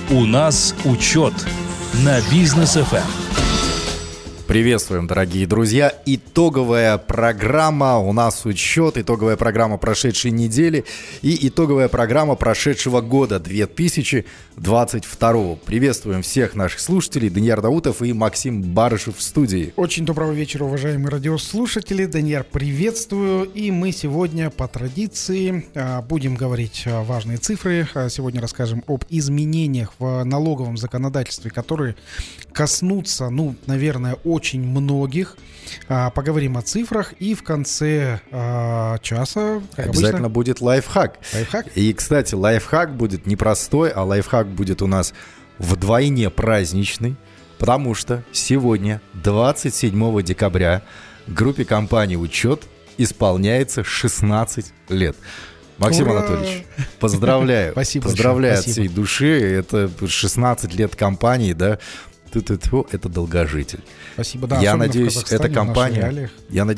У нас учет на Бизнес FM. Приветствуем, дорогие друзья. Итоговая программа «У нас учет», итоговая программа прошедшей недели и итоговая программа прошедшего года 2022. Приветствуем всех наших слушателей. Данияр Даутов и Максим Барышев в студии. Очень доброго вечера, уважаемые радиослушатели. Данияр, приветствую. И мы сегодня по традиции будем говорить важные цифры. Сегодня расскажем об изменениях в налоговом законодательстве, которые коснутся, наверное, очень многих. Поговорим о цифрах. И в конце часа, как обязательно обычно, будет лайфхак. И, кстати, лайфхак будет не простой, а лайфхак будет у нас вдвойне праздничный, потому что сегодня, 27 декабря, группе компании «Учет» исполняется 16 лет. Максим Ура! Анатольевич, поздравляю. Спасибо. Поздравляю большое. от всей души. Это 16 лет компании, да. Это долгожитель. Спасибо, да. Я надеюсь, эта компания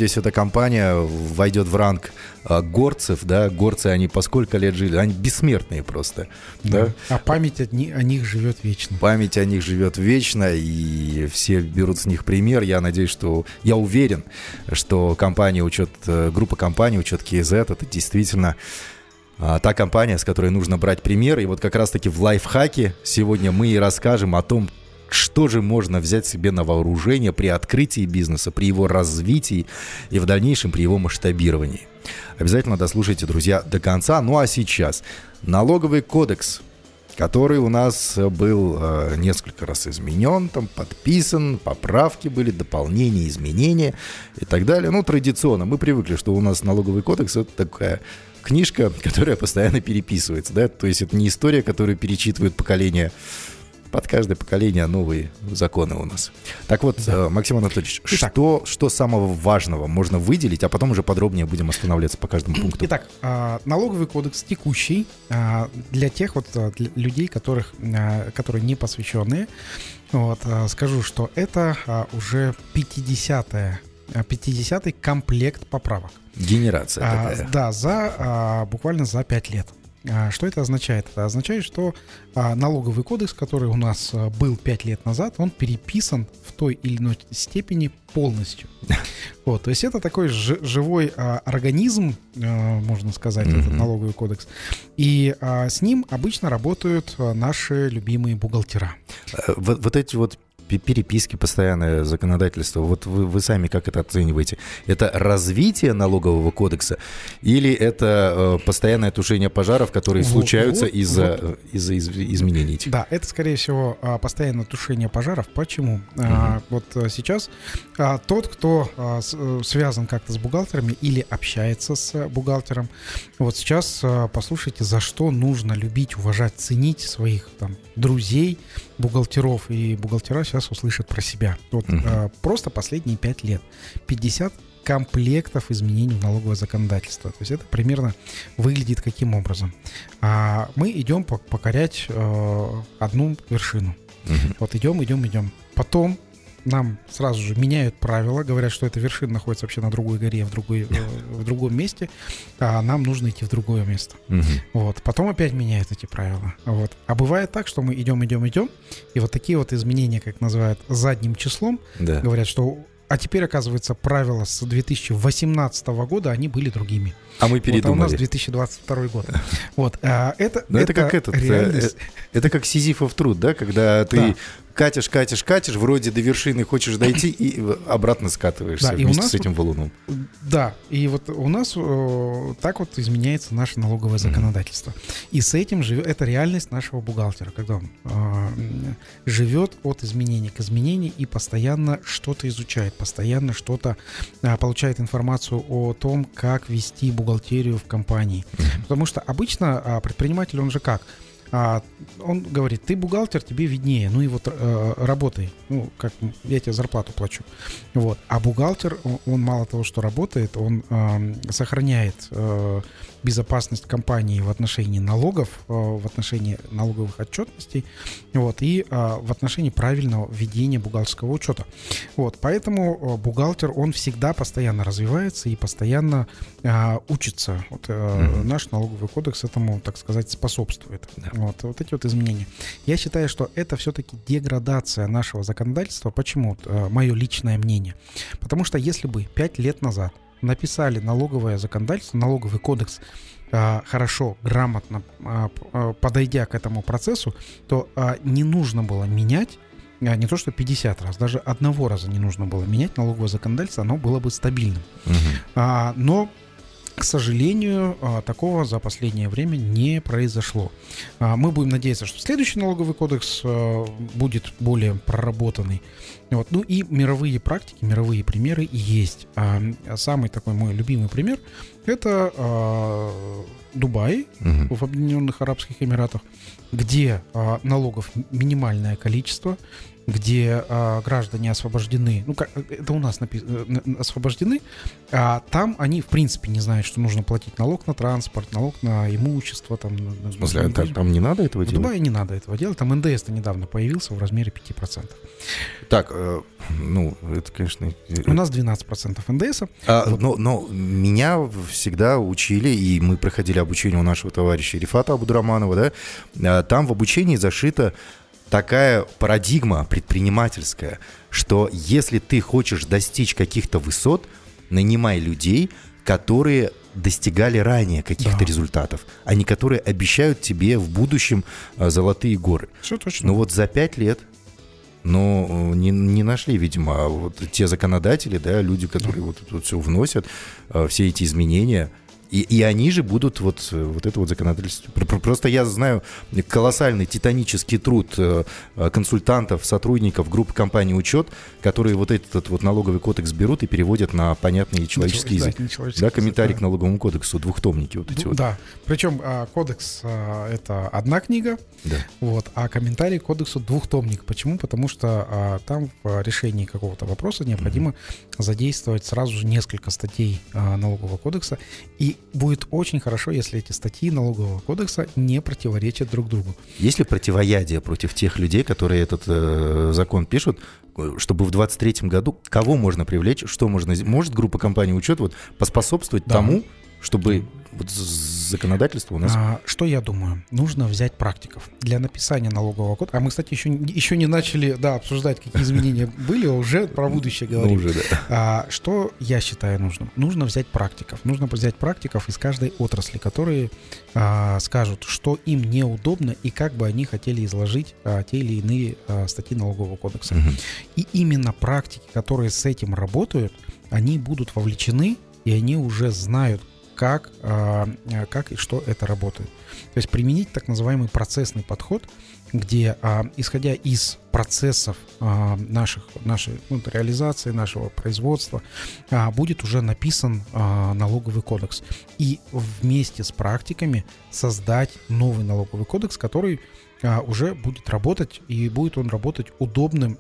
войдет в ранг горцев, да. Горцы, они по сколько лет жили? Они бессмертные просто. Да. А память о них живет вечно. Память о них живет вечно, и все берут с них пример. Я уверен, что компания «Учет», группа компаний «Учет КЗ» — это действительно та компания, с которой нужно брать пример. И вот как раз-таки в лайфхаке сегодня мы и расскажем о том, что же можно взять себе на вооружение при открытии бизнеса, при его развитии и в дальнейшем при его масштабировании. Обязательно дослушайте, друзья, до конца. Ну а сейчас налоговый кодекс, который у нас был несколько раз изменен, там подписан, поправки были, дополнения, изменения и так далее. Традиционно мы привыкли, что у нас налоговый кодекс — это такая книжка, которая постоянно переписывается, да, то есть это не история, которую перечитывают поколения. Под каждое поколение новые законы у нас. Так вот, да. Максим Анатольевич, что самого важного можно выделить, а потом уже подробнее будем останавливаться по каждому пункту? Итак, налоговый кодекс текущий для тех для людей, которые не посвященные. Скажу, что это уже 50-й комплект поправок. Генерация такая. Да, буквально за 5 лет. Что это означает? Это означает, что налоговый кодекс, который у нас был 5 лет назад, он переписан в той или иной степени полностью. То есть это такой живой организм, можно сказать, этот налоговый кодекс. И с ним обычно работают наши любимые бухгалтера. Вот эти вот переписки, постоянное законодательство. Вот вы сами как это оцениваете? Это развитие налогового кодекса или это постоянное тушение пожаров, которые случаются из-за изменений этих? Да, это, скорее всего, постоянное тушение пожаров. Почему? Вот сейчас тот, кто связан как-то с бухгалтерами или общается с бухгалтером, вот сейчас послушайте, за что нужно любить, уважать, ценить своих друзей, бухгалтеров. И бухгалтера сейчас услышат про себя. Просто последние 5 лет 50 комплектов изменений в налоговое законодательство. То есть это примерно выглядит каким образом. Мы идем покорять одну вершину. Идем. Потом нам сразу же меняют правила, говорят, что эта вершина находится вообще на другой горе, в другом месте, а нам нужно идти в другое место. Потом опять меняют эти правила. А бывает так, что мы идем, и вот такие вот изменения, как называют, задним числом, говорят, что теперь, оказывается, правила с 2018 года, они были другими. А мы передумали. А у нас 2022 год. Это как Сизифов труд, да? Когда ты катишь, вроде до вершины хочешь дойти и обратно скатываешься вместе с этим валуном. Да, и вот у нас так вот изменяется наше налоговое законодательство. И с этим это реальность нашего бухгалтера, когда он живет от изменения к изменению и постоянно что-то изучает, постоянно что-то получает информацию о том, как вести бухгалтерию в компании. Потому что обычно предприниматель, он же как? Он говорит: ты бухгалтер, тебе виднее, работай, как я тебе зарплату плачу. А бухгалтер, он мало того, что работает, он сохраняет безопасность компании в отношении налогов, в отношении налоговых отчетностей, и в отношении правильного ведения бухгалтерского учета. Поэтому бухгалтер, он всегда постоянно развивается и постоянно учится. Наш налоговый кодекс этому, так сказать, способствует. Вот эти вот изменения. Я считаю, что это все-таки деградация нашего законодательства. Почему? Мое личное мнение. Потому что если бы 5 лет назад написали налоговое законодательство, налоговый кодекс, хорошо, грамотно подойдя к этому процессу, то не нужно было менять, не то что 50 раз, даже одного раза не нужно было менять налоговое законодательство, оно было бы стабильным. Но, к сожалению, такого за последнее время не произошло. Мы будем надеяться, что следующий налоговый кодекс будет более проработанный. Вот. Ну и мировые практики, мировые примеры есть. Самый такой мой любимый пример — это Дубай в Объединенных Арабских Эмиратах, где налогов минимальное количество, где граждане освобождены, ну, как это у нас освобождены, а там они, в принципе, не знают, что нужно платить налог на транспорт, налог на имущество. Там, в смысле, там не надо этого делать? В Дубае не надо этого делать, там НДС-то недавно появился в размере 5%. Так, ну, это, конечно... У нас 12% НДСа. Но меня всегда учили, и мы проходили обучение у нашего товарища Рифата Абудраманова, да, там в обучении зашита такая парадигма предпринимательская, что если ты хочешь достичь каких-то высот, нанимай людей, которые достигали ранее каких-то результатов, а не которые обещают тебе в будущем золотые горы. Все точно. Но вот за 5 лет не нашли, видимо, вот те законодатели, да, люди, которые вот все вносят, все эти изменения. И они же будут вот это вот законодательство. Просто я знаю колоссальный титанический труд консультантов, сотрудников группы компании «Учет», которые вот этот вот налоговый кодекс берут и переводят на понятный человеческий язык. Да, комментарий к налоговому кодексу, двухтомники вот эти вот. Да, причем кодекс — это одна книга, вот, а комментарий к кодексу — двухтомник. Почему? Потому что там в решении какого-то вопроса необходимо задействовать сразу же несколько статей налогового кодекса, и будет очень хорошо, если эти статьи налогового кодекса не противоречат друг другу. Есть ли противоядие против тех людей, которые этот закон пишут, чтобы в 2023 году кого можно привлечь, что может группа компаний «Учет» вот поспособствовать тому, чтобы вот законодательство у нас... Что я думаю? Нужно взять практиков для написания налогового кодекса. А мы, кстати, еще не начали обсуждать, какие изменения были, а уже про будущее говорим. Уже, да. Что я считаю нужным? Нужно взять практиков. Нужно взять практиков из каждой отрасли, которые скажут, что им неудобно и как бы они хотели изложить те или иные статьи налогового кодекса. И именно практики, которые с этим работают, они будут вовлечены, и они уже знают, как и что это работает. То есть применить так называемый процессный подход, где, исходя из процессов нашей реализации, нашего производства, будет уже написан налоговый кодекс. И вместе с практиками создать новый налоговый кодекс, который уже будет работать, и будет он работать удобным,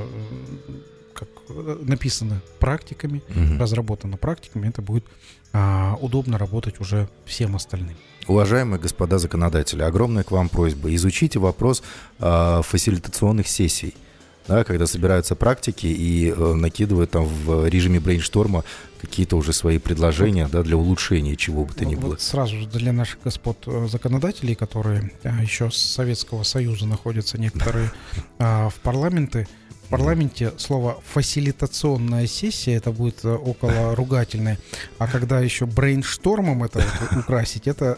как написано практиками, разработано практиками, это будет удобно работать уже всем остальным. Уважаемые господа законодатели, огромная к вам просьба. Изучите вопрос фасилитационных сессий, да, когда собираются практики и накидывают там в режиме брейншторма какие-то уже свои предложения, да, для улучшения чего бы то ни было. Вот сразу же для наших господ законодателей, которые еще с Советского Союза находятся некоторые в парламенте, в парламенте слово «фасилитационная сессия» это будет около ругательное, а когда еще брейнштормом это вот украсить, это,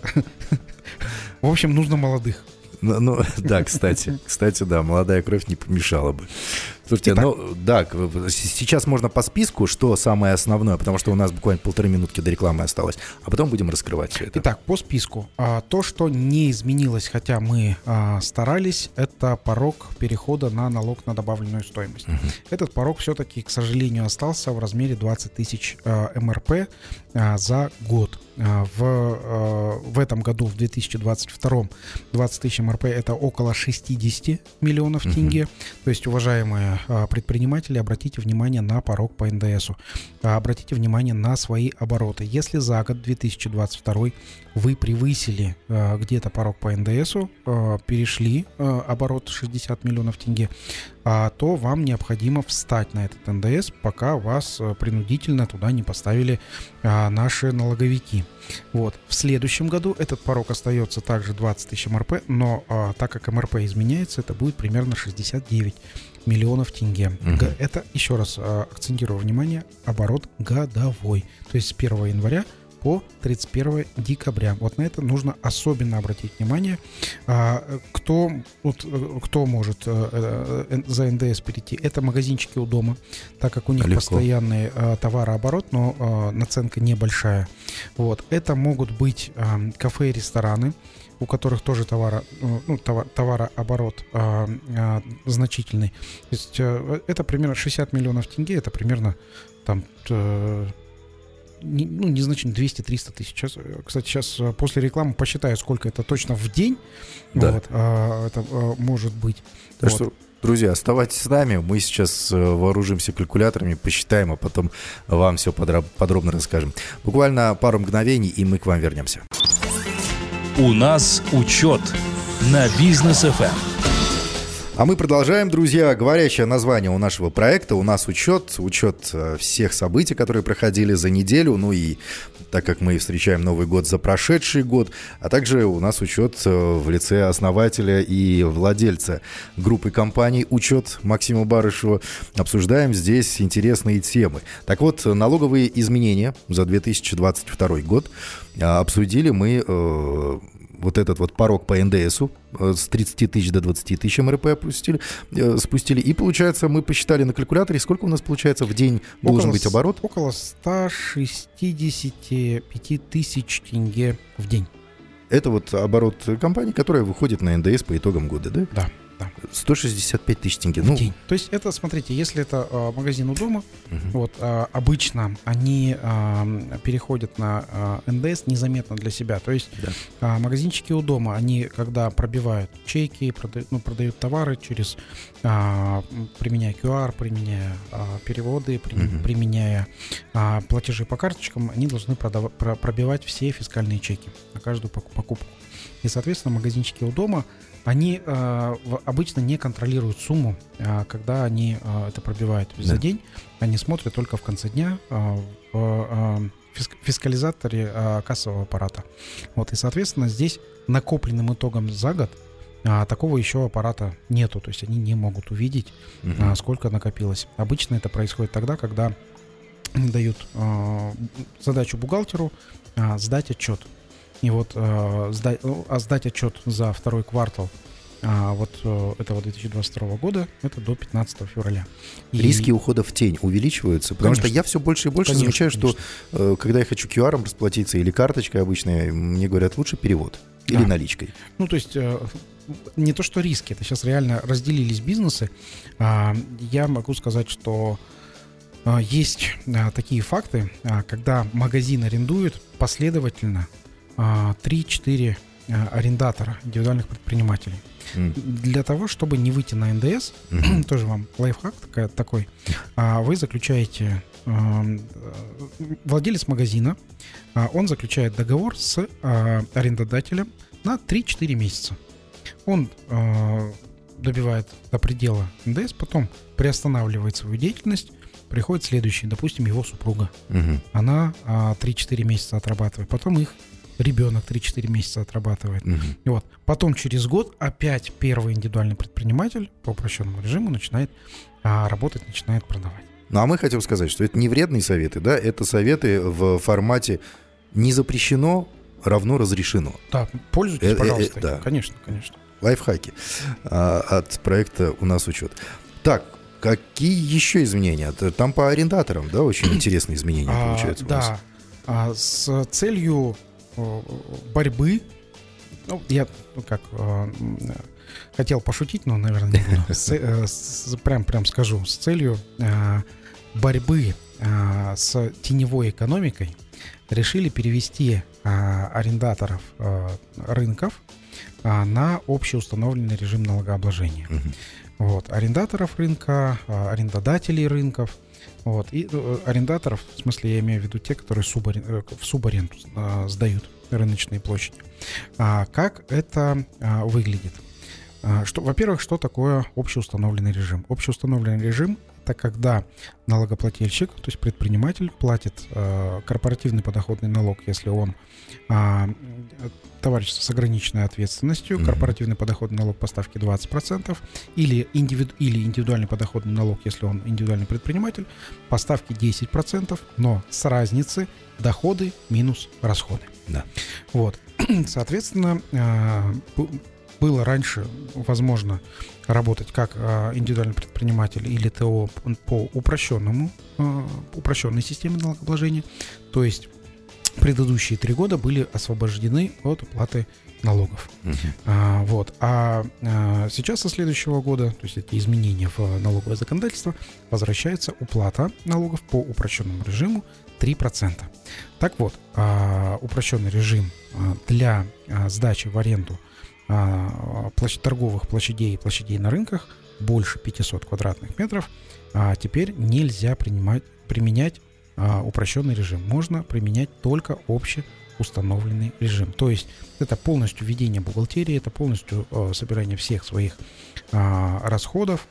в общем, нужно молодых. Ну, да, кстати, да, молодая кровь не помешала бы. Слушайте, сейчас можно по списку, что самое основное, потому что у нас буквально 1,5 минутки до рекламы осталось, а потом будем раскрывать все это. Итак, по списку. То, что не изменилось, хотя мы старались, это порог перехода на налог на добавленную стоимость. Этот порог все-таки, к сожалению, остался в размере 20 тысяч МРП за год. В этом году, в 2022, 20 тысяч МРП — это около 60 миллионов тенге. То есть, уважаемые внимание, предприниматели, обратите внимание на порог по НДСу. Обратите внимание на свои обороты. Если за год 2022 вы превысили где-то порог по НДСу, перешли оборот 60 миллионов тенге, то вам необходимо встать на этот НДС, пока вас принудительно туда не поставили наши налоговики. Вот. В следующем году этот порог остается также 20 тысяч МРП, но так как МРП изменяется, это будет примерно 69 миллионов тенге. Это, еще раз акцентирую внимание, оборот годовой. То есть с 1 января по 31 декабря. Вот на это нужно особенно обратить внимание. Кто может за НДС перейти? Это магазинчики у дома, так как у них постоянный товарооборот, но наценка небольшая. Вот. Это могут быть кафе и рестораны, у которых тоже товарооборот значительный. То есть это примерно 60 миллионов тенге, это примерно там... незначительно 200-300 тысяч. Кстати, сейчас после рекламы посчитаю, сколько это точно в день. Да. Вот, это может быть. Так что, друзья, оставайтесь с нами. Мы сейчас вооружимся калькуляторами, посчитаем, а потом вам все подробно расскажем. Буквально пару мгновений, и мы к вам вернемся. У нас учет на Бизнес ФМ. А мы продолжаем, друзья. Говорящее название у нашего проекта. У нас учет всех событий, которые проходили за неделю. Ну и так как мы встречаем Новый год за прошедший год, а также у нас учет в лице основателя и владельца группы компаний «Учет» Максима Барышева. Обсуждаем здесь интересные темы. Так вот, налоговые изменения за 2022 год обсудили мы... Вот этот вот порог по НДСу с 30 тысяч до 20 тысяч МРП спустили. И, получается, мы посчитали на калькуляторе, сколько у нас, получается, в день должен быть оборот? Около 165 тысяч тенге в день. Это вот оборот компании, которая выходит на НДС по итогам года, да? Да. 165 тысяч тенге. В день. То есть это, смотрите, если это магазин у дома, вот, обычно они переходят на НДС незаметно для себя. То есть магазинчики у дома, они когда пробивают чеки, продают товары через, применяя QR, применяя переводы, применяя платежи по карточкам, они должны пробивать все фискальные чеки на каждую покупку. И, соответственно, магазинчики у дома, они обычно не контролируют сумму, когда они это пробивают. За день они смотрят только в конце дня в фискализаторе кассового аппарата. Вот, и, соответственно, здесь накопленным итогом за год такого еще аппарата нету. То есть они не могут увидеть, сколько накопилось. Обычно это происходит тогда, когда дают задачу бухгалтеру сдать отчет. И вот сдать отчет за второй квартал этого 2022 года, это до 15 февраля. Риски ухода в тень увеличиваются? Потому что я все больше и больше замечаю, что когда я хочу QR-ом расплатиться или карточкой обычной, мне говорят, лучше перевод или наличкой. Ну, то есть не то, что риски, это сейчас реально разделились бизнесы. Я могу сказать, что есть такие факты, когда магазин арендует последовательно 3-4 арендатора, индивидуальных предпринимателей. Для того, чтобы не выйти на НДС, тоже вам лайфхак такой, вы заключаете, владелец магазина, он заключает договор с арендодателем на 3-4 месяца. Он добивает до предела НДС, потом приостанавливает свою деятельность, приходит следующий, допустим, его супруга. Она 3-4 месяца отрабатывает, потом их ребенок 3-4 месяца отрабатывает. И вот. Потом через год опять первый индивидуальный предприниматель по упрощенному режиму начинает работать, начинает продавать. Ну, а мы хотим сказать, что это не вредные советы, да, это советы в формате «не запрещено, равно разрешено». Да, пользуйтесь, пожалуйста. Да. Конечно. Лайфхаки от проекта «У нас учет». Так, какие еще изменения? Там по арендаторам, да, очень интересные изменения получаются у вас. Да, с целью борьбы, я хотел пошутить, но, наверное, не буду. Прям скажу, с целью борьбы с теневой экономикой решили перевести арендаторов рынков на общеустановленный режим налогообложения. Вот. Арендаторов рынка, арендодателей рынков. Вот. И арендаторов, в смысле, я имею в виду те, которые в субаренду сдают рыночные площади. Как это выглядит? Во-первых, что такое общеустановленный режим? Общеустановленный режим — это когда налогоплательщик, то есть предприниматель, платит корпоративный подоходный налог, если он товарищество с ограниченной ответственностью, корпоративный подоходный налог по ставке 20%, или индивидуальный подоходный налог, если он индивидуальный предприниматель, по ставке 10%, но с разницы доходы минус расходы. Да. Вот. Соответственно, было раньше возможно работать как индивидуальный предприниматель или ТО по упрощенной системе налогообложения, то есть предыдущие 3 года были освобождены от уплаты налогов. Сейчас со следующего года, то есть эти изменения в налоговое законодательство, возвращается уплата налогов по упрощенному режиму 3%. Так вот, упрощенный режим для сдачи в аренду торговых площадей и площадей на рынках больше 500 квадратных метров теперь нельзя применять упрощенный режим. Можно применять только общеустановленный режим. То есть это полностью ведение бухгалтерии, это полностью собирание всех своих расходов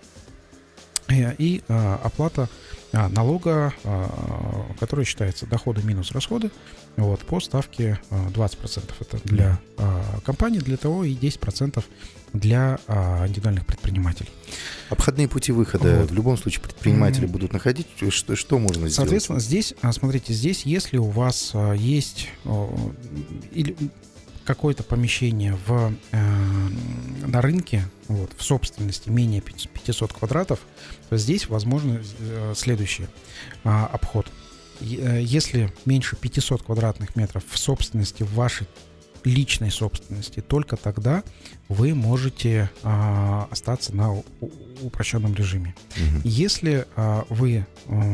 и оплата налога, который считается доходы минус расходы, вот, по ставке 20%. Это для компаний, для ТО, и 10% для индивидуальных предпринимателей. Обходные пути выхода в любом случае предприниматели будут находить. Что можно сделать? Соответственно, здесь, смотрите, если у вас есть или какое-то помещение на рынке, вот, в собственности менее 500 квадратов, то здесь возможно следующий обход. Если меньше 500 квадратных метров в собственности, в вашей личной собственности, только тогда вы можете остаться на упрощенном режиме. Если вы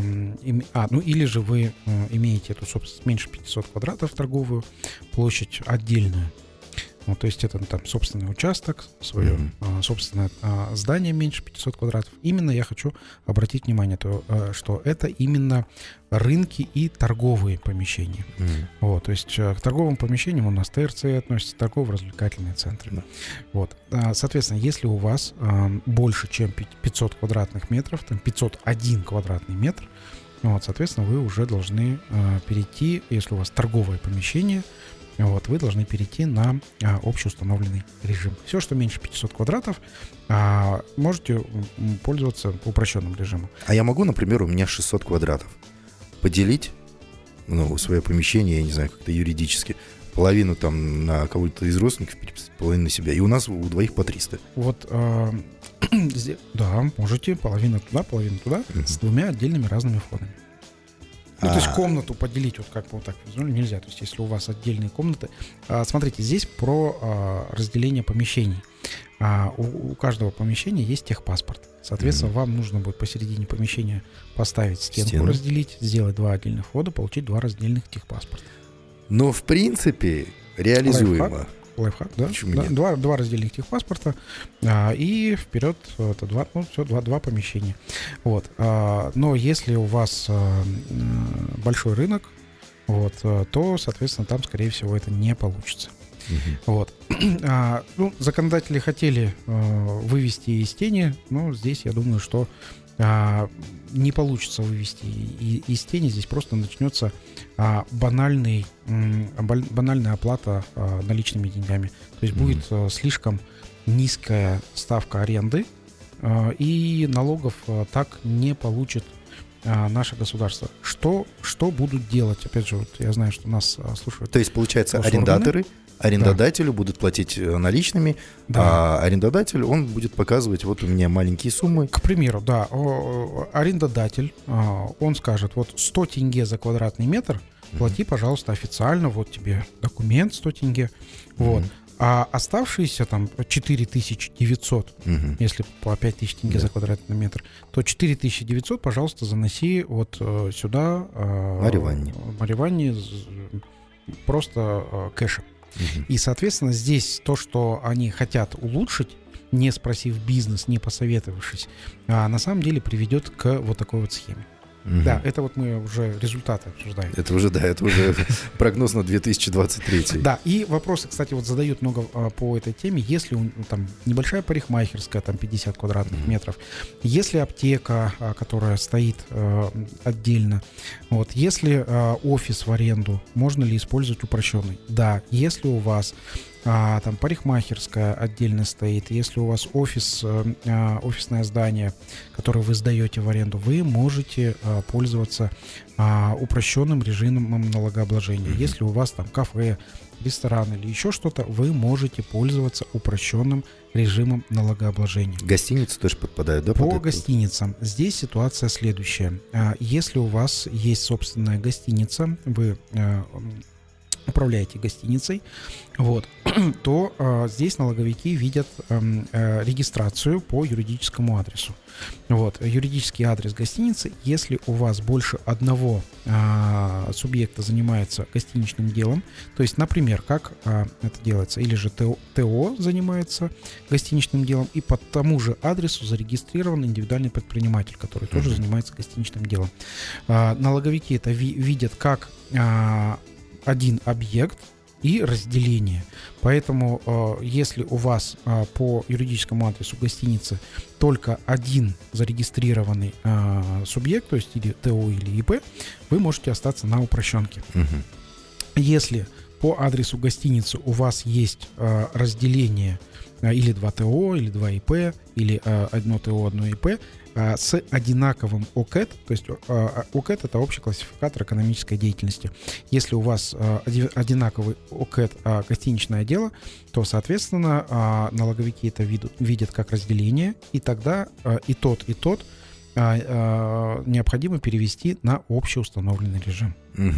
или же вы имеете эту собственность меньше 500 квадратов, торговую площадь отдельную, вот, то есть это там собственный участок, свое собственное здание меньше 500 квадратов. Именно я хочу обратить внимание, что это именно рынки и торговые помещения. Вот, то есть к торговым помещениям у нас ТРЦ относятся, торгово-развлекательные центры. Вот. Соответственно, если у вас больше, чем 500 квадратных метров, там 501 квадратный метр, вот, соответственно, вы уже должны перейти, если у вас торговое помещение, вот, вы должны перейти на общеустановленный режим. Все, что меньше 500 квадратов, можете пользоваться упрощенным режимом. А я могу, например, у меня 600 квадратов, поделить свое помещение, я не знаю, как-то юридически, половину там на кого-то из родственников, половину на себя, и у нас у двоих по 300. Вот, да, можете, половину туда, с 2 отдельными разными входами. То есть комнату поделить вот как бы вот так нельзя. То есть если у вас отдельные комнаты. Смотрите, здесь про разделение помещений. У каждого помещения есть техпаспорт. Соответственно, вам нужно будет посередине помещения поставить стенку, разделить, сделать 2 отдельных входа, получить 2 раздельных техпаспорта. Но в принципе реализуемо. Лайфхак, да. Два раздельных техпаспорта, и вперед это два помещения. Вот. Но если у вас большой рынок, вот, то, соответственно, там, скорее всего, это не получится. Вот. Законодатели хотели вывести из тени, но здесь, я думаю, что не получится вывести из тени. Здесь просто начнется банальная оплата наличными деньгами. То есть будет слишком низкая ставка аренды, и налогов так не получит наше государство. Что будут делать? Опять же, вот я знаю, что нас слушают. То есть, получается, арендодателю будут платить наличными, а арендодатель, он будет показывать, вот у меня маленькие суммы. К примеру, да, арендодатель, он скажет, вот 100 тенге за квадратный метр, плати, пожалуйста, официально, вот тебе документ 100 тенге, вот. А оставшиеся там 4900, если по 5000 тенге за квадратный метр, то 4900, пожалуйста, заноси вот сюда. Мариванне. Просто кэшем. И, соответственно, здесь то, что они хотят улучшить, не спросив бизнес, не посоветовавшись, на самом деле приведет к вот такой вот схеме. Да, это вот мы уже результаты обсуждаем. Это уже прогноз на 2023. Да, и вопросы, кстати, вот задают много по этой теме. Если там небольшая парикмахерская, там 50 квадратных метров, если аптека, которая стоит отдельно, вот, если офис в аренду, можно ли использовать упрощенный? Да, если у вас там парикмахерская отдельно стоит, если у вас офисное здание, которое вы сдаете в аренду, вы можете пользоваться упрощенным режимом налогообложения. Если у вас там кафе, ресторан или еще что-то, вы можете пользоваться упрощенным режимом налогообложения. Гостиницы тоже подпадают, да? По гостиницам здесь ситуация следующая. Если у вас есть собственная гостиница, вы управляете гостиницей, вот, то здесь налоговики видят регистрацию по юридическому адресу. Вот, юридический адрес гостиницы, если у вас больше одного субъекта занимается гостиничным делом, то есть, например, как это делается, или же ТО занимается гостиничным делом, и по тому же адресу зарегистрирован индивидуальный предприниматель, который тоже занимается гостиничным делом. Налоговики это видят как один объект и разделение. Поэтому, если у вас по юридическому адресу гостиницы только один зарегистрированный субъект, то есть или ТО, или ИП, вы можете остаться на упрощенке. Если по адресу гостиницы у вас есть разделение или 2 ТО, или 2 ИП, или 1 ТО, 1 ИП, с одинаковым ОКЭД, то есть ОКЭД — это общий классификатор экономической деятельности. Если у вас одинаковый ОКЭД гостиничное дело, то, соответственно, налоговики это видят как разделение, и тогда и тот необходимо перевести на общеустановленный режим.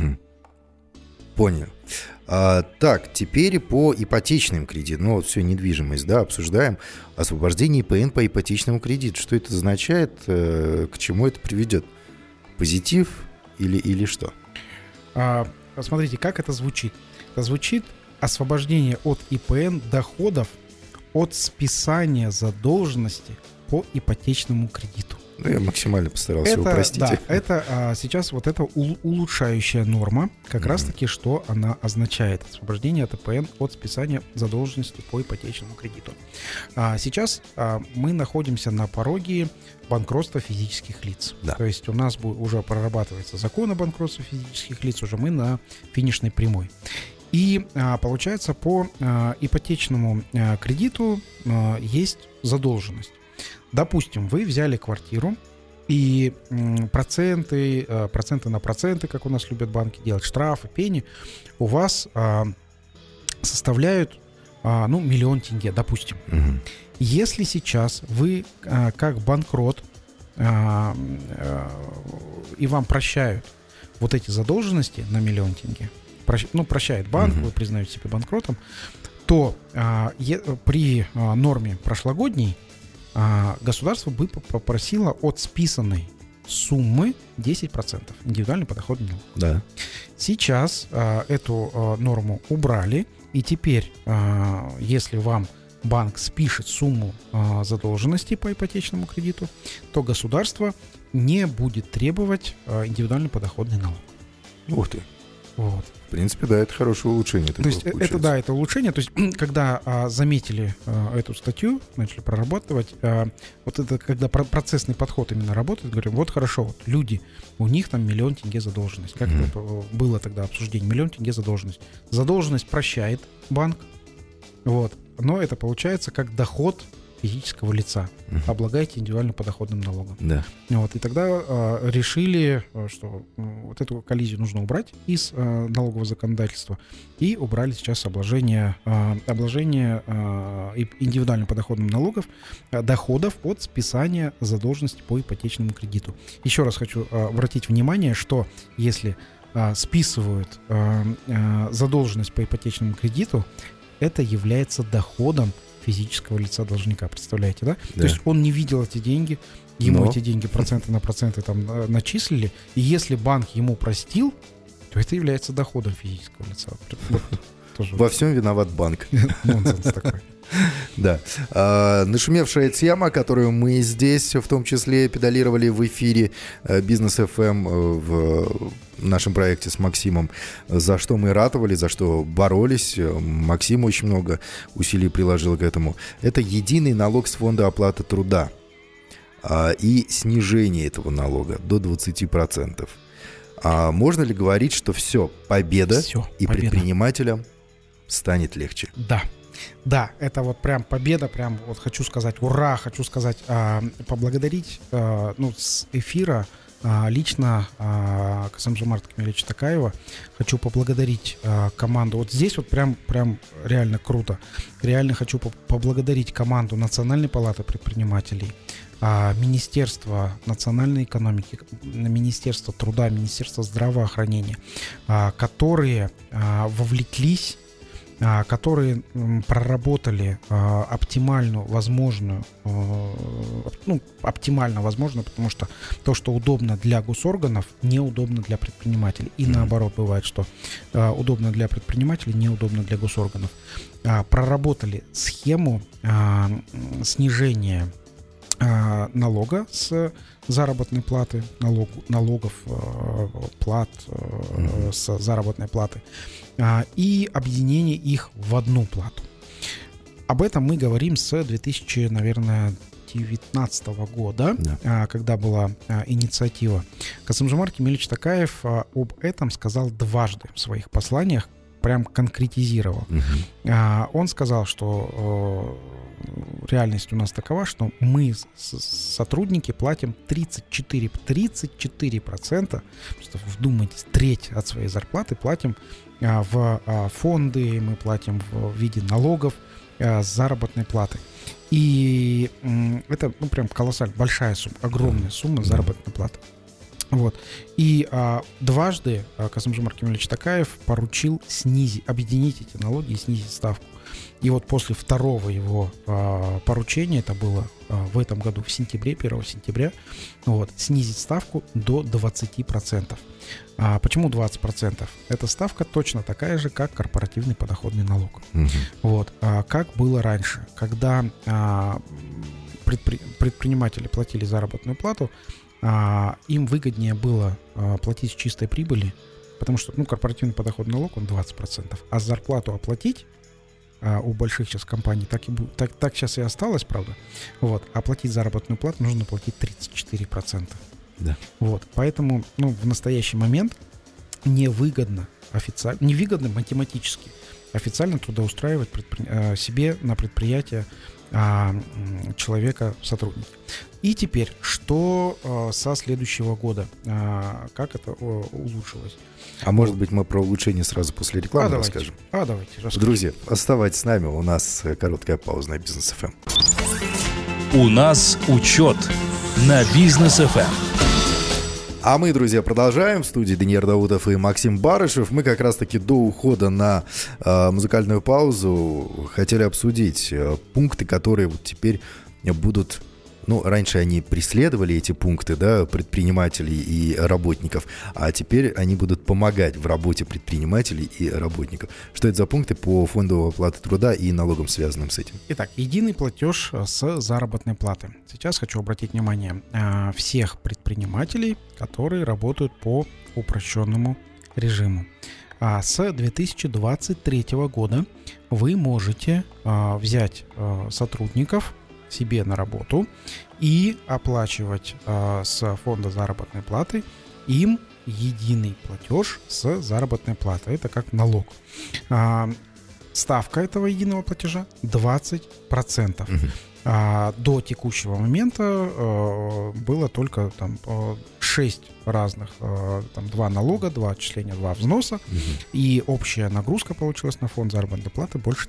Понял. Так, теперь по ипотечным кредитам. Ну, вот все, недвижимость, да, обсуждаем. Освобождение ИПН по ипотечному кредиту. Что это означает? К чему это приведет? Позитив или что? Смотрите, как это звучит. Это звучит: освобождение от ИПН доходов от списания задолженности по ипотечному кредиту. Ну, я максимально постарался упростить. Да, это сейчас вот эта улучшающая норма, как раз-таки, что она означает. Освобождение от ИПН от списания задолженности по ипотечному кредиту. Сейчас мы находимся на пороге банкротства физических лиц. Да. То есть у нас уже прорабатывается закон о банкротстве физических лиц, уже мы на финишной прямой. И получается, по ипотечному кредиту есть задолженность. Допустим, вы взяли квартиру, и проценты на проценты, как у нас любят банки делать, штрафы, пени, у вас составляют 1 миллион тенге, допустим. Если сейчас вы как банкрот и вам прощают вот эти задолженности на 1 миллион тенге, прощает банк, вы признаете себя банкротом, то при норме прошлогодней государство бы попросило от списанной суммы 10%, индивидуальный подоходный налог. Да. Сейчас эту норму убрали, и теперь, если вам банк спишет сумму задолженности по ипотечному кредиту, то государство не будет требовать индивидуальный подоходный налог. Ух ты. Вот. В принципе, да, это хорошее улучшение. То есть это улучшение. То есть когда заметили эту статью, начали прорабатывать, вот это когда процессный подход именно работает, говорим, вот хорошо, вот люди, у них там 1 миллион тенге задолженность. Как это было тогда обсуждение? 1 миллион тенге задолженность. Задолженность прощает банк, вот, но это получается как доход физического лица. Облагаете индивидуальным подоходным налогом. Да. Вот, и тогда решили, что вот эту коллизию нужно убрать из налогового законодательства, и убрали сейчас обложение индивидуальным подоходным налогом доходов от списания задолженности по ипотечному кредиту. Еще раз хочу обратить внимание, что если списывают задолженность по ипотечному кредиту, это является доходом физического лица должника, представляете, да? Да. То есть он не видел эти деньги, ему эти деньги проценты на проценты там начислили, и если банк ему простил, то это является доходом физического лица. тоже... Во всем виноват банк. Нонсенс такой. Да. Нашумевшая тема, которую мы здесь в том числе педалировали в эфире Бизнес FM в нашем проекте с Максимом, за что мы ратовали, за что боролись. Максим очень много усилий приложил к этому. Это единый налог с фонда оплаты труда и снижение этого налога до 20%. Можно ли говорить, что все, победа, и победа. Предпринимателям станет легче? Да, это вот прям победа, прям вот хочу сказать ура, хочу сказать, поблагодарить с эфира лично Касым-Жомарта Кемелевича Токаева. Хочу поблагодарить команду. Вот здесь вот прям реально круто. Реально хочу поблагодарить команду Национальной палаты предпринимателей, Министерство национальной экономики, Министерство труда, Министерство здравоохранения, которые вовлеклись, которые проработали оптимально возможную, потому что то, что удобно для госорганов, неудобно для предпринимателей. И наоборот бывает, что удобно для предпринимателей, неудобно для госорганов. Проработали схему снижения налога с заработной платы, налогов, плат с заработной платы и объединение их в одну плату. Об этом мы говорим с 2019 года, когда была инициатива. Касым-Жомарт Кемелевич Токаев об этом сказал дважды в своих посланиях, прям конкретизировал. Он сказал, что реальность у нас такова, что мы, сотрудники, платим 34%, просто вдумайтесь, треть от своей зарплаты платим в фонды, мы платим в виде налогов с заработной платы. И это прям колоссально большая сумма, огромная сумма заработной платы. Вот. И дважды Касым-Жомарт Кемелевич Токаев поручил объединить эти налоги и снизить ставку. И вот после второго его поручения, это было в этом году в сентябре, 1 сентября, снизить ставку до 20%. Почему 20%? Эта ставка точно такая же, как корпоративный подоходный налог. Как было раньше, когда предприниматели платили заработную плату, им выгоднее было платить с чистой прибыли, потому что корпоративный подоходный налог, он 20%, а зарплату оплатить у больших сейчас компаний так сейчас и осталось, правда. Оплатить заработную плату нужно платить 34%. Да. Поэтому в настоящий момент невыгодно математически официально трудоустраивать себе на предприятие человека, сотрудника. И теперь, что со следующего года? Как это улучшилось? А может быть, мы про улучшение сразу после рекламы расскажем? Давайте расскажем. Друзья, оставайтесь с нами, у нас короткая пауза на Бизнес FM. У нас учет на Бизнес FM. А мы, друзья, продолжаем. В студии Даниил Даутов и Максим Барышев. Мы как раз-таки до ухода на музыкальную паузу хотели обсудить пункты, которые теперь будут... раньше они преследовали эти пункты, предпринимателей и работников, а теперь они будут помогать в работе предпринимателей и работников. Что это за пункты по фонду оплаты труда и налогам, связанным с этим? Итак, единый платеж с заработной платы. Сейчас хочу обратить внимание всех предпринимателей, которые работают по упрощенному режиму. С 2023 года вы можете взять сотрудников себе на работу и оплачивать с фонда заработной платы им единый платеж с заработной платой. Это как налог. Ставка этого единого платежа 20%. До текущего момента было только 6 разных, 2 налога, 2 отчисления, 2 взноса, и общая нагрузка получилась на фонд заработной платы больше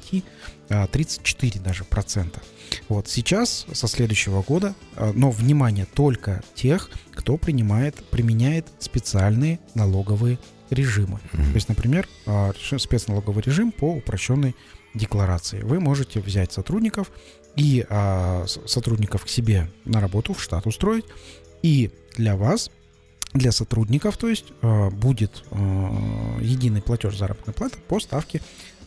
34 даже процента. Сейчас, со следующего года, но, внимание, только тех, кто применяет специальные налоговые режимы. То есть, например, спецналоговый режим по упрощенной декларации. Вы можете взять сотрудников и сотрудников к себе на работу, в штат устроить, и для вас для сотрудников, то есть будет единый платеж заработной платы по ставке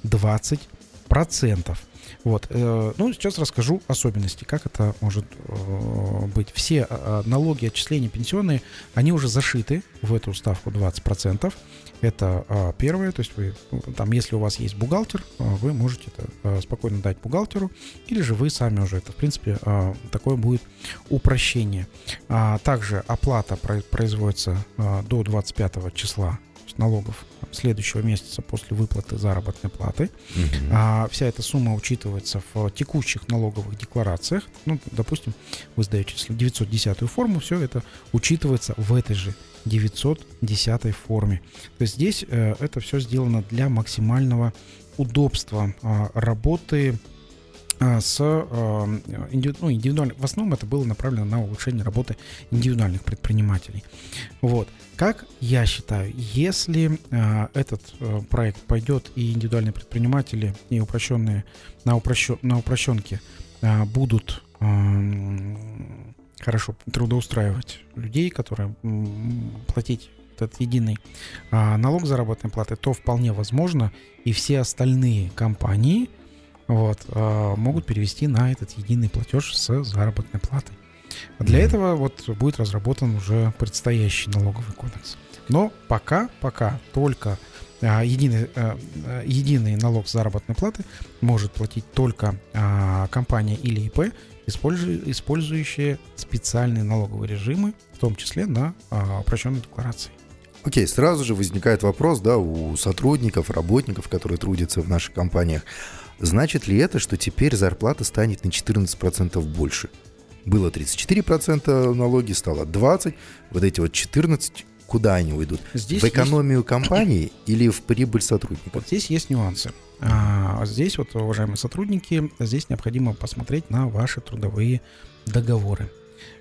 20%. Вот. Ну, сейчас расскажу особенности, как это может быть. Все налоги, отчисления пенсионные, они уже зашиты в эту ставку 20%. Это первое, то есть вы, там, если у вас есть бухгалтер, вы можете это спокойно дать бухгалтеру, или же вы сами уже, это, в принципе, такое будет упрощение. Также оплата производится до 25 числа налогов следующего месяца после выплаты заработной платы. Вся эта сумма учитывается в текущих налоговых декларациях. Ну, допустим, вы сдаете 910-ю форму, все это учитывается в этой же 910-й форме. То есть здесь это все сделано для максимального удобства работы с индивидуальным. В основном это было направлено на улучшение работы индивидуальных предпринимателей. Вот. Как я считаю, если этот проект пойдет, и индивидуальные предприниматели, и упрощенные на упрощенке будут хорошо трудоустраивать людей, которые платить этот единый налог заработной платы, то вполне возможно и все остальные компании могут перевести на этот единый платеж с заработной платой. Для этого будет разработан уже предстоящий налоговый кодекс. Но пока только единый налог с заработной платы может платить только компания или ИП, использующие специальные налоговые режимы, в том числе на упрощенной декларации. Окей, сразу же возникает вопрос, да, у сотрудников, работников, которые трудятся в наших компаниях. Значит ли это, что теперь зарплата станет на 14% больше? Было 34% налоги, стало 20%. Вот эти 14%, куда они уйдут? Здесь в экономию компании или в прибыль сотрудников? Вот здесь есть нюансы. Здесь, уважаемые сотрудники, здесь необходимо посмотреть на ваши трудовые договоры.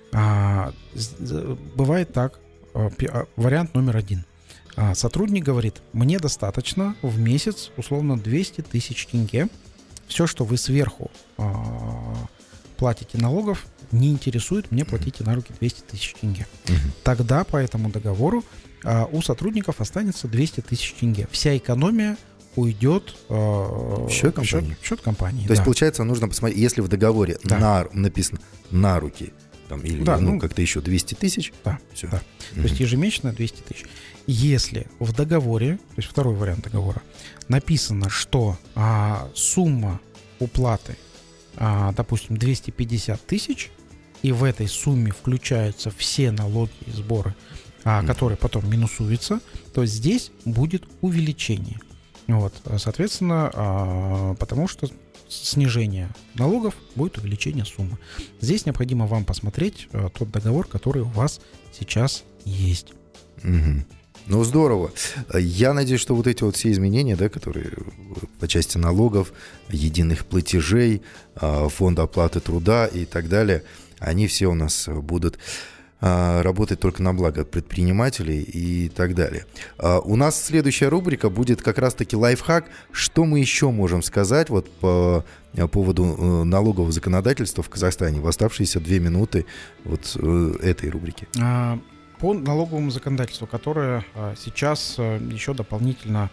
Бывает так, вариант номер 1. Сотрудник говорит: мне достаточно в месяц, условно, 200 тысяч тенге. Все, что вы сверху платите налогов, не интересует, мне платите на руки 200 тысяч тенге. Тогда по этому договору у сотрудников останется 200 тысяч тенге. Вся экономия уйдет в счет компании. То есть, получается, нужно посмотреть, если в договоре написано «на руки», там, или как-то еще 200 тысяч. Да, все. Да. То есть ежемесячно 200 тысяч. Если в договоре, то есть второй вариант договора, написано, что сумма уплаты, допустим, 250 тысяч, и в этой сумме включаются все налоги и сборы, которые потом минусуются, то здесь будет увеличение. Соответственно, потому что снижение налогов будет увеличение суммы. Здесь необходимо вам посмотреть тот договор, который у вас сейчас есть. Ну, здорово. Я надеюсь, что вот эти все изменения, да, которые по части налогов, единых платежей, фонда оплаты труда и так далее, они все у нас будут работать только на благо предпринимателей и так далее. У нас следующая рубрика будет как раз-таки лайфхак. Что мы еще можем сказать по поводу налогового законодательства в Казахстане в оставшиеся 2 минуты этой рубрики? По налоговому законодательству, которое сейчас еще дополнительно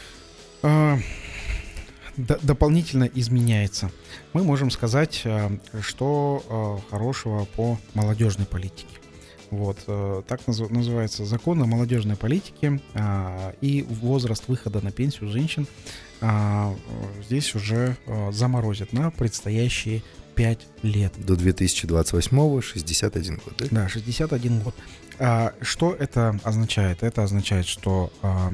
изменяется, мы можем сказать, что хорошего по молодежной политике. Так называется закон о молодежной политике, и возраст выхода на пенсию женщин здесь уже заморозят на предстоящие 5 лет. До 2028-го 61 год, да? Да, 61 год. Что это означает? Это означает, что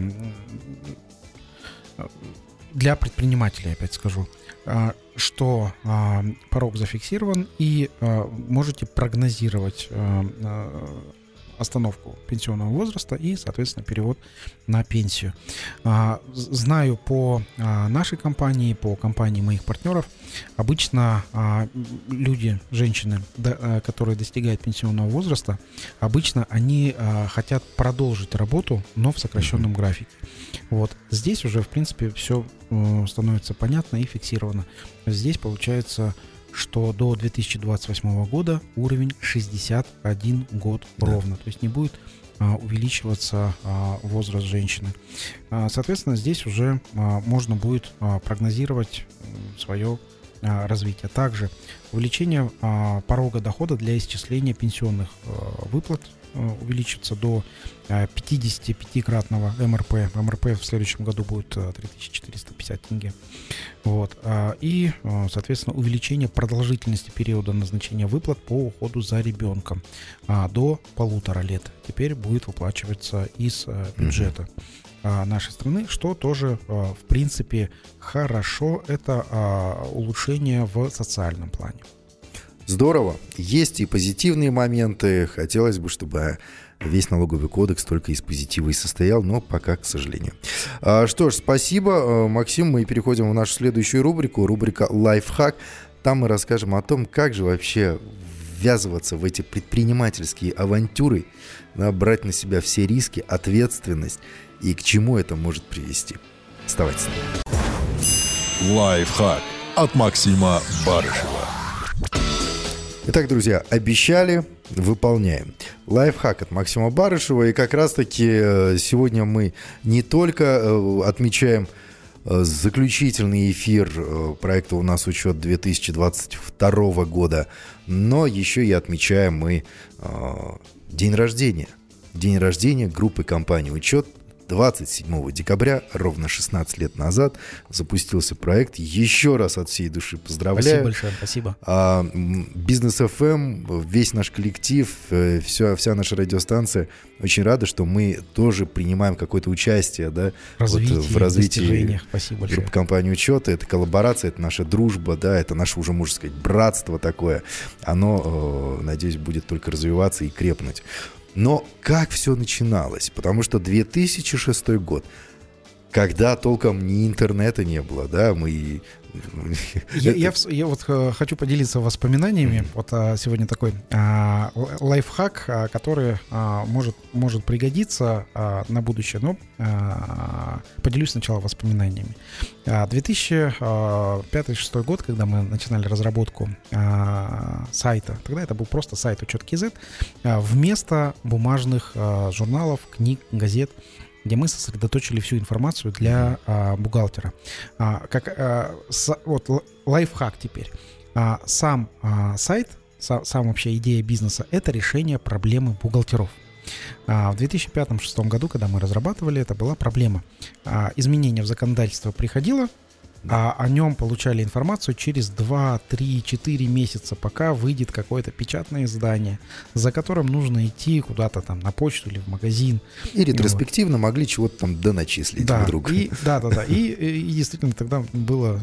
для предпринимателей, опять скажу, что порог зафиксирован, и можете прогнозировать остановку пенсионного возраста и, соответственно, перевод на пенсию. Знаю по нашей компании, по компании моих партнеров, обычно люди, женщины, которые достигают пенсионного возраста, обычно они хотят продолжить работу, но в сокращенном графике. Здесь уже, в принципе, все становится понятно и фиксировано. Здесь, получается, что до 2028 года уровень 61 год ровно. То есть не будет увеличиваться возраст женщины. Соответственно, здесь уже можно будет прогнозировать свое развитие. Также увеличение порога дохода для исчисления пенсионных выплат увеличится до 55-кратного МРП. МРП в следующем году будет 3450 тенге. Вот. И, соответственно, увеличение продолжительности периода назначения выплат по уходу за ребенком до 1,5 лет. Теперь будет выплачиваться из бюджета нашей страны, что тоже, в принципе, хорошо. Это улучшение в социальном плане. Здорово. Есть и позитивные моменты. Хотелось бы, чтобы весь налоговый кодекс только из позитива и состоял, но пока, к сожалению. Что ж, спасибо, Максим. Мы переходим в нашу следующую рубрику. Рубрика «Лайфхак». Там мы расскажем о том, как же вообще ввязываться в эти предпринимательские авантюры, брать на себя все риски, ответственность и к чему это может привести. Оставайтесь с нами. Лайфхак от Максима Барышева. Итак, друзья, обещали, выполняем. Лайфхак от Максима Барышева. И как раз-таки сегодня мы не только отмечаем заключительный эфир проекта «У нас учет» 2022 года, но еще и отмечаем мы день рождения. День рождения группы компании «Учет». 27 декабря, ровно 16 лет назад, запустился проект. Еще раз от всей души поздравляю. Спасибо большое, спасибо. Бизнес ФМ, весь наш коллектив, вся наша радиостанция очень рада, что мы тоже принимаем какое-то участие, да, в развитии группы компании «Учет». Это коллаборация, это наша дружба, да, это наше уже, можно сказать, братство такое. Оно, надеюсь, будет только развиваться и крепнуть. Но как все начиналось? Потому что 2006 год, когда толком ни интернета не было, да, мы... Я вот хочу поделиться воспоминаниями. Вот сегодня такой лайфхак, который может пригодиться на будущее, но поделюсь сначала воспоминаниями. 2005-2006 год, когда мы начинали разработку сайта, тогда это был просто сайт «Учет.кз», вместо бумажных журналов, книг, газет, где мы сосредоточили всю информацию для бухгалтера. Вот лайфхак теперь. Сам сайт, сам вообще идея бизнеса — это решение проблемы бухгалтеров. В 2005-2006 году, когда мы разрабатывали, это была проблема. Изменение в законодательство приходило, а о нем получали информацию через 2, 3, 4 месяца, пока выйдет какое-то печатное издание, за которым нужно идти куда-то там на почту или в магазин. И ретроспективно могли чего-то там доначислить вдруг. Да. И действительно тогда была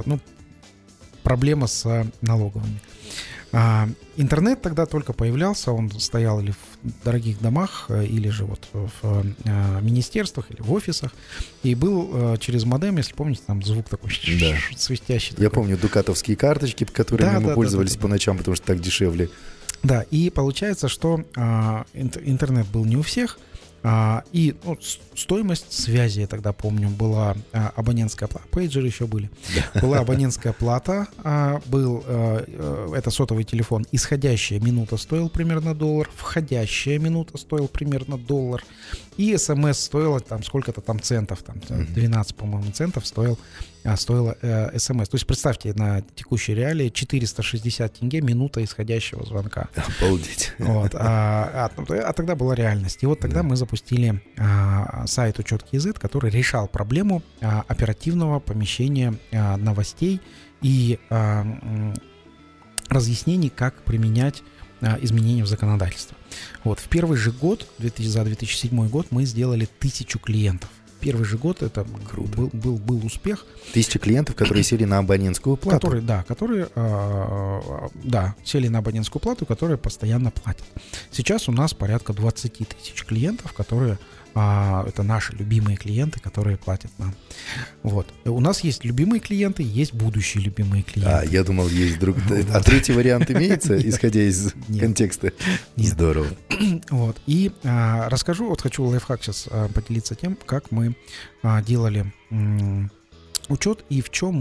проблема с налоговыми. Интернет тогда только появлялся, он стоял или в дорогих домах, или же вот в министерствах, или в офисах, и был через модем, если помните, там звук такой свистящий. Я помню дукатовские карточки, которыми мы пользовались по ночам, потому что так дешевле. Да, и получается, что интернет был не у всех, и стоимость связи, я тогда помню, была абонентская плата, пейджеры еще были, была абонентская плата, это сотовый телефон, исходящая минута стоила примерно $1, входящая минута стоила примерно $1, и смс стоила там сколько-то там центов, там 12, по-моему, центов стоила смс. То есть представьте, на текущей реалии 460 тенге минута исходящего звонка. Обалдеть. Вот. А тогда была реальность. И вот тогда мы запустили сайт «Учет.кз», который решал проблему оперативного помещения новостей и разъяснений, как применять изменения в законодательство. Вот. В первый же год, за 2007 год, мы сделали 1000 клиентов. Первый же год это был успех. 1000 клиентов, которые сели на абонентскую плату. Которые сели на абонентскую плату, которые постоянно платят. Сейчас у нас порядка 20 000 клиентов, которые это наши любимые клиенты, которые платят нам. Вот. У нас есть любимые клиенты, есть будущие любимые клиенты. Я думал, есть друг. А третий вариант имеется, исходя из контекста? Здорово. Вот. И расскажу, хочу лайфхак сейчас поделиться тем, как мы делали учет и в чем мы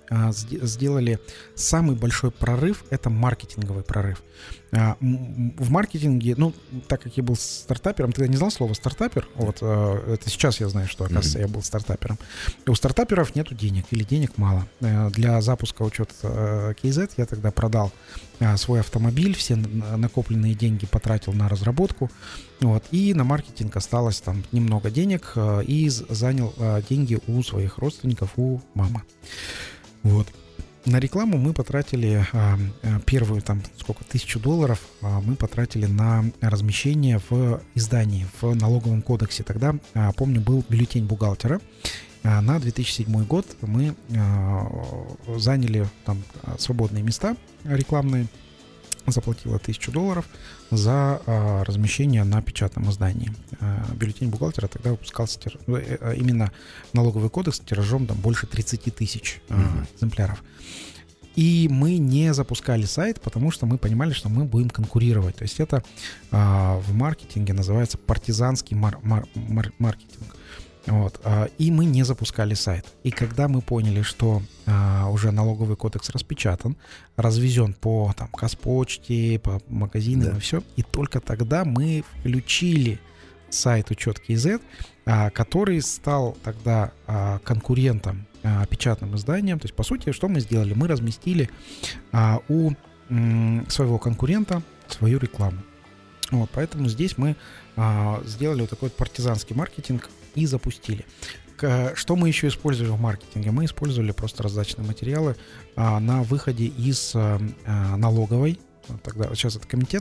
сделали самый большой прорыв, это маркетинговый прорыв. В маркетинге, так как я был стартапером, ты не знал слово стартапер? Вот это сейчас я знаю, что, оказывается, я был стартапером. У стартаперов нету денег или денег мало. Для запуска учета KZ я тогда продал свой автомобиль, все накопленные деньги потратил на разработку, вот, и на маркетинг осталось там немного денег, и занял деньги у своих родственников, у мамы. Вот. На рекламу мы потратили первую, $1000 мы потратили на размещение в издании, в налоговом кодексе. Тогда, помню, был бюллетень бухгалтера. На 2007 год мы заняли там свободные места рекламные, заплатила $1000 за размещение на печатном издании. Бюллетень бухгалтера тогда выпускался именно налоговый кодекс тиражом больше 30 тысяч экземпляров. И мы не запускали сайт, потому что мы понимали, что мы будем конкурировать. То есть это в маркетинге называется партизанский маркетинг. Вот. И мы не запускали сайт. И когда мы поняли, что уже налоговый кодекс распечатан, развезен по Казпочте, по магазинам и все, и только тогда мы включили сайт Учет KZ, который стал тогда конкурентом печатным изданиям. То есть, по сути, что мы сделали? Мы разместили у своего конкурента свою рекламу. Вот, поэтому здесь мы сделали вот такой партизанский маркетинг и запустили. Что мы еще использовали в маркетинге? Мы использовали просто раздачные материалы на выходе из налоговой. Тогда, сейчас это комитет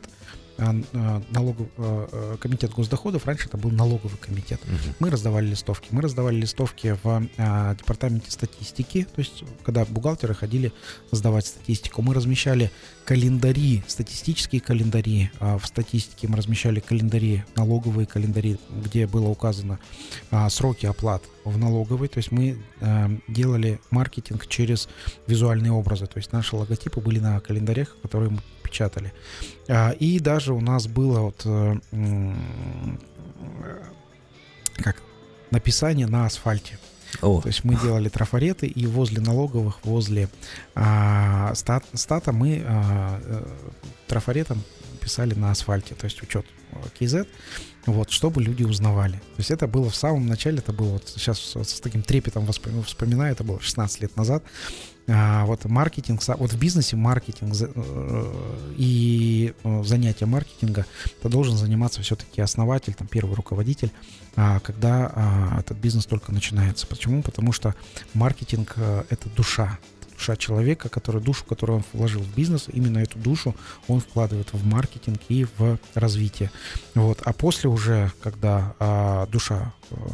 госдоходов, раньше это был налоговый комитет. Мы раздавали листовки. Мы раздавали листовки в департаменте статистики, то есть когда бухгалтеры ходили сдавать статистику. Мы размещали календари, статистические календари. В статистике мы размещали календари, налоговые календари, где было указано сроки оплат в налоговой. То есть мы делали маркетинг через визуальные образы. То есть наши логотипы были на календарях, которые мы печатали. И даже у нас было написание на асфальте. То есть мы делали трафареты, и возле налоговых, возле стата мы трафаретом писали на асфальте, то есть учет KZ, вот, чтобы люди узнавали. То есть это было в самом начале, это было, вот сейчас с таким трепетом вспоминаю, это было 16 лет назад. Вот маркетинг, вот в бизнесе маркетинг и занятие маркетинга, это должен заниматься все-таки основатель, первый руководитель, когда этот бизнес только начинается. Почему? Потому что маркетинг — это душа человека, душу, которую он вложил в бизнес, именно эту душу он вкладывает в маркетинг и в развитие. Вот. А после уже, когда душа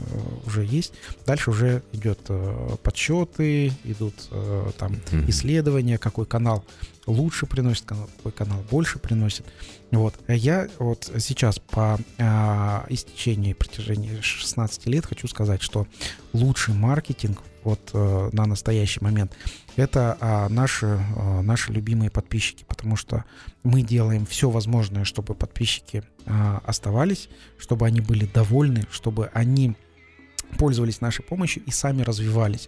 уже есть, дальше уже идет подсчеты, идут исследования, какой канал лучше приносит, какой канал больше приносит. Вот. Я вот сейчас по истечении, протяжении 16 лет хочу сказать, что лучший маркетинг на настоящий момент — это наши любимые подписчики, потому что мы делаем все возможное, чтобы подписчики оставались, чтобы они были довольны, чтобы они пользовались нашей помощью и сами развивались.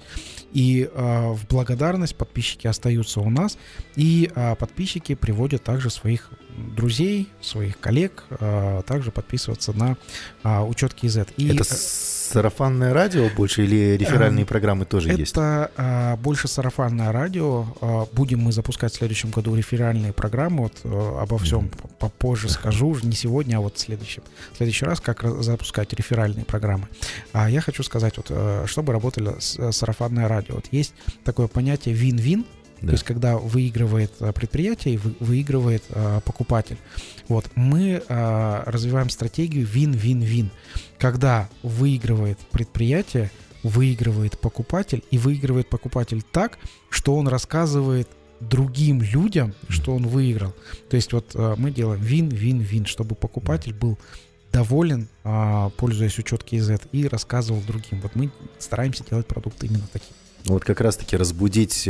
И в благодарность подписчики остаются у нас, и подписчики приводят также своих друзей, своих коллег также подписываться на учет KZ. И это сарафанное радио больше или реферальные программы тоже есть? Это больше сарафанное радио. Будем мы запускать в следующем году реферальные программы. Обо всем попозже скажу, не сегодня, а в следующий раз, как запускать реферальные программы. Я хочу сказать, чтобы работали сарафанное радио. Есть такое понятие win-win. То есть, когда выигрывает предприятие и выигрывает покупатель. Вот. Мы развиваем стратегию win-win-win. Когда выигрывает предприятие, выигрывает покупатель, и выигрывает покупатель так, что он рассказывает другим людям, что он выиграл. То есть, мы делаем win-win-win, чтобы покупатель был доволен, пользуясь учет KZ, и рассказывал другим. Мы стараемся делать продукты именно такие. Как раз-таки разбудить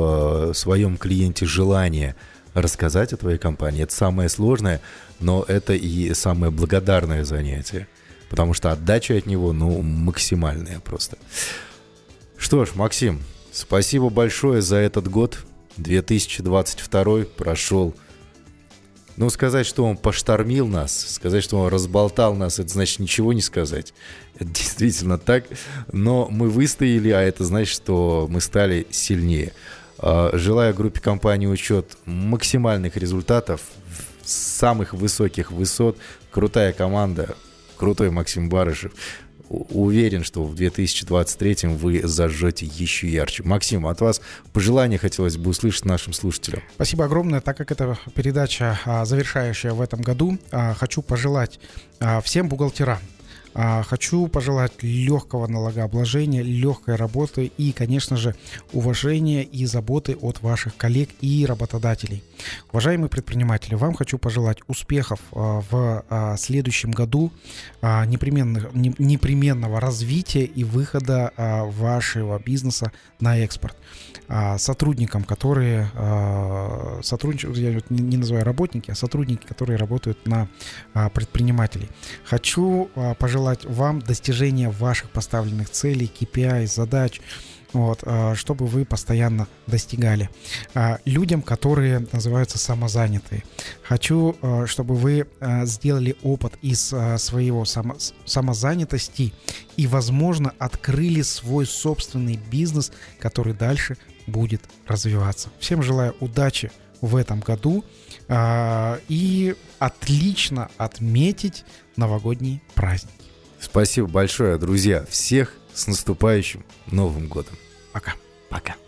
в своем клиенте желание рассказать о твоей компании — это самое сложное, но это и самое благодарное занятие, потому что отдача от него, максимальная просто. Что ж, Максим, Спасибо большое за этот год. 2022 прошел. Ну, сказать, что он поштормил нас, сказать, что он разболтал нас, это значит ничего не сказать. Это действительно так. Но мы выстояли, а это значит, что мы стали сильнее. Желаю группе компании «Учет» максимальных результатов, самых высоких высот. Крутая команда, крутой Максим Барышев. Уверен, что в 2023 вы зажжете еще ярче. Максим, от вас пожелания хотелось бы услышать нашим слушателям. Спасибо огромное. Так как это передача завершающая в этом году, хочу пожелать всем бухгалтерам, хочу пожелать легкого налогообложения, легкой работы и, конечно же, уважения и заботы от ваших коллег и работодателей. Уважаемые предприниматели, вам хочу пожелать успехов в следующем году, непременного развития и выхода вашего бизнеса на экспорт. Сотрудникам, которые сотрудничают, я не называю работники, а сотрудники, которые работают на предпринимателей. Хочу пожелать вам достижения ваших поставленных целей, KPI, задач, чтобы вы постоянно достигали. Людям, которые называются самозанятые, хочу, чтобы вы сделали опыт из своего самозанятости и, возможно, открыли свой собственный бизнес, который дальше будет развиваться. Всем желаю удачи в этом году и отлично отметить новогодние праздники. Спасибо большое, друзья. Всех с наступающим Новым годом. Пока. Пока.